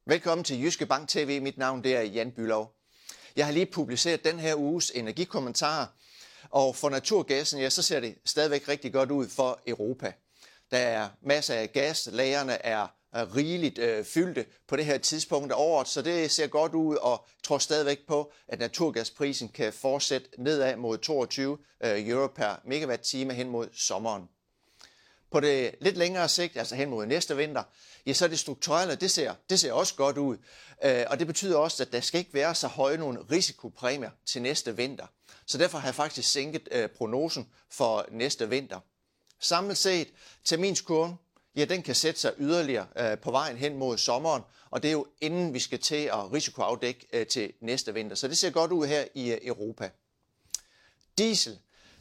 Velkommen til Jyske Bank TV. Mit navn det er Jan Bülow. Jeg har lige publiceret den her uges energikommentarer, og for naturgassen, ja, så ser det stadigvæk rigtig godt ud for Europa. Der er masser af gas, lagrene er rigeligt fyldte på det her tidspunkt af året, så det ser godt ud, og tror stadigvæk på, at naturgasprisen kan fortsætte nedad mod 22 euro per megawatt-time hen mod sommeren. På det lidt længere sigt, altså hen mod næste vinter, ja, så er det strukturelle, det ser også godt ud. Og det betyder også, at der skal ikke være så høje nogle risikopræmier til næste vinter. Så derfor har jeg faktisk sænket prognosen for næste vinter. Samlet set, terminskurven, ja, den kan sætte sig yderligere på vejen hen mod sommeren, og det er jo inden vi skal til at risikoafdække til næste vinter. Så det ser godt ud her i Europa. Diesel.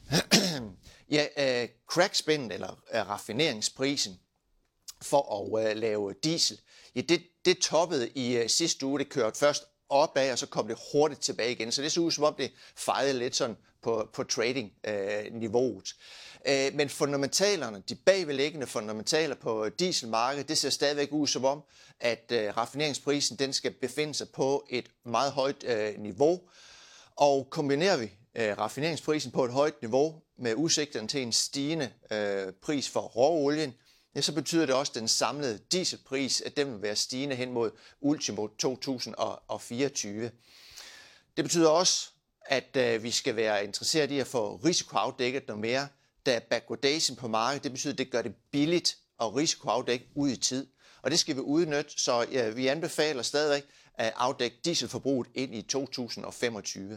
Ja, crackspændet eller raffineringsprisen for at lave diesel, ja, det toppede i sidste uge. Det kørte først opad, og så kom det hurtigt tilbage igen. Så det så ud, som om det fejlede lidt sådan på trading-niveauet. Men fundamentalerne, de bagvedliggende fundamentaler på dieselmarkedet, det ser stadigvæk ud som om, at raffineringsprisen den skal befinde sig på et meget højt niveau. Og kombinerer vi raffineringsprisen på et højt niveau med udsigterne til en stigende pris for råolien, ja, så betyder det også, at den samlede dieselpris, at den vil være stigende hen mod ultimo 2024. Det betyder også, at vi skal være interesseret i at få risikoafdækket noget mere, da backwardation på markedet, det betyder, at det gør det billigt at risikoafdække ud i tid. Og det skal vi udnytte, så ja, vi anbefaler stadigvæk at afdække dieselforbruget ind i 2025.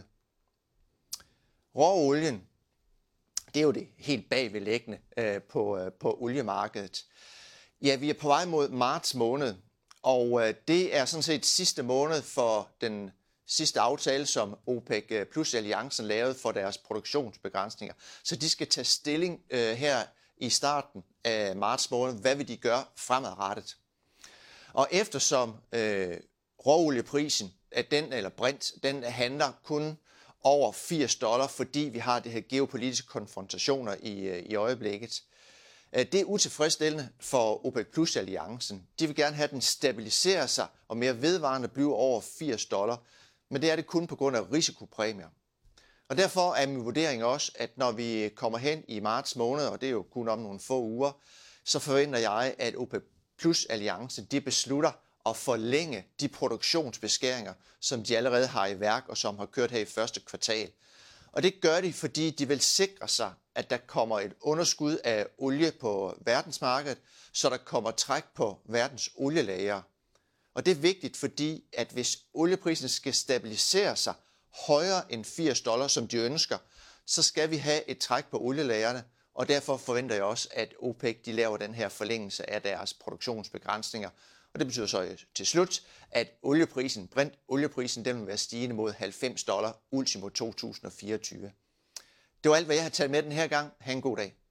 Råolien, det er jo det helt bagvedliggende på oliemarkedet. Ja, vi er på vej mod marts måned, og det er sådan set sidste måned for den sidste aftale, som OPEC Plus Alliancen lavede for deres produktionsbegrænsninger. Så de skal tage stilling her i starten af marts måned, hvad vil de gøre fremadrettet. Og eftersom råolieprisen, at Brent, den handler kun over $80, fordi vi har det her geopolitiske konfrontationer i øjeblikket. Det er utilfredsstillende for OPEC Plus Alliancen. De vil gerne have, at den stabiliserer sig og mere vedvarende bliver over $80, men det er det kun på grund af risikopræmier. Og derfor er min vurdering også, at når vi kommer hen i marts måned, og det er jo kun om nogle få uger, så forventer jeg, at OPEC Plus Alliancen de beslutter at forlænge de produktionsbeskæringer, som de allerede har i værk og som har kørt her i første kvartal. Og det gør de, fordi de vil sikre sig, at der kommer et underskud af olie på verdensmarkedet, så der kommer træk på verdens olielagre. Og det er vigtigt, fordi at hvis olieprisen skal stabilisere sig højere end $80, som de ønsker, så skal vi have et træk på olielagrene, og derfor forventer jeg også, at OPEC de laver den her forlængelse af deres produktionsbegrænsninger. Og det betyder så til slut, at Brent-olieprisen den vil være stigende mod $90 ultimo 2024. Det var alt, hvad jeg har taget med den her gang. Ha' en god dag.